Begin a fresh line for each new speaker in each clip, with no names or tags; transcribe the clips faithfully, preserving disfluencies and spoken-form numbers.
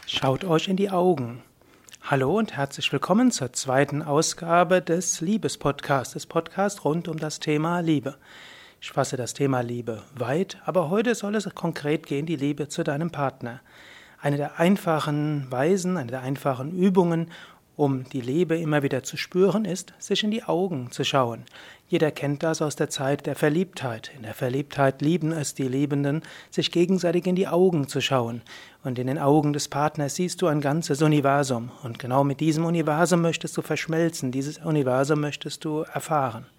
Schaut euch in die Augen. Hallo und herzlich willkommen zur zweiten Ausgabe des Liebespodcasts, des Podcasts rund um das Thema Liebe. Ich fasse das Thema Liebe weit, aber heute soll es konkret gehen, die Liebe zu deinem Partner. Eine der einfachen Weisen, eine der einfachen Übungen, um die Liebe immer wieder zu spüren, ist, sich in die Augen zu schauen. Jeder kennt das aus der Zeit der Verliebtheit. In der Verliebtheit lieben es die Liebenden, sich gegenseitig in die Augen zu schauen. Und in den Augen des Partners siehst du ein ganzes Universum. Und genau mit diesem Universum möchtest du verschmelzen, dieses Universum möchtest du erfahren.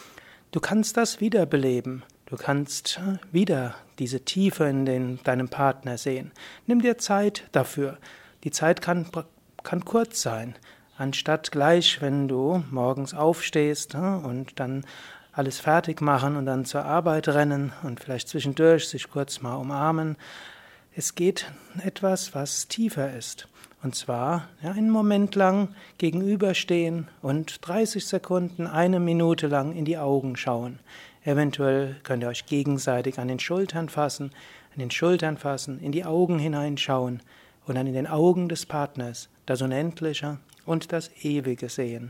Du kannst das wiederbeleben. Du kannst wieder diese Tiefe in den, deinem Partner sehen. Nimm dir Zeit dafür. Die Zeit kann kann kurz sein. Anstatt gleich, wenn du morgens aufstehst und dann alles fertig machen und dann zur Arbeit rennen und vielleicht zwischendurch sich kurz mal umarmen. Es geht etwas, was tiefer ist. Und zwar ja, einen Moment lang gegenüberstehen und dreißig Sekunden, eine Minute lang in die Augen schauen. Eventuell könnt ihr euch gegenseitig an den Schultern fassen, an den Schultern fassen, in die Augen hineinschauen und dann in den Augen des Partners das Unendliche und das Ewige sehen.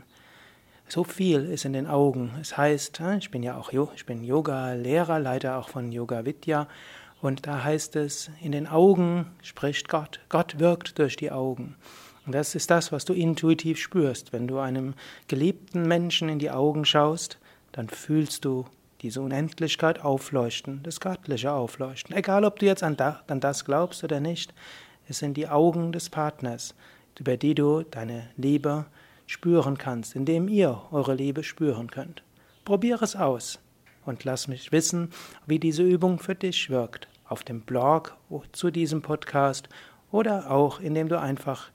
So viel ist in den Augen. Es heißt, ich bin ja auch ich bin Yoga-Lehrer, Leiter auch von Yoga Vidya, und da heißt es, in den Augen spricht Gott. Gott wirkt durch die Augen. Und das ist das, was du intuitiv spürst. Wenn du einem geliebten Menschen in die Augen schaust, dann fühlst du diese Unendlichkeit aufleuchten, das Göttliche aufleuchten. Egal, ob du jetzt an das glaubst oder nicht, es sind die Augen des Partners, über die du deine Liebe spüren kannst, indem ihr eure Liebe spüren könnt. Probiere es aus und lass mich wissen, wie diese Übung für dich wirkt. Auf dem Blog zu diesem Podcast oder auch, indem du einfach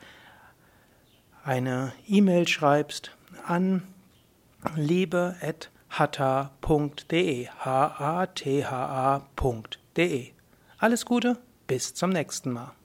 eine E-Mail schreibst an liebe at hatha punkt de, H A T H A punkt de. Alles Gute, bis zum nächsten Mal.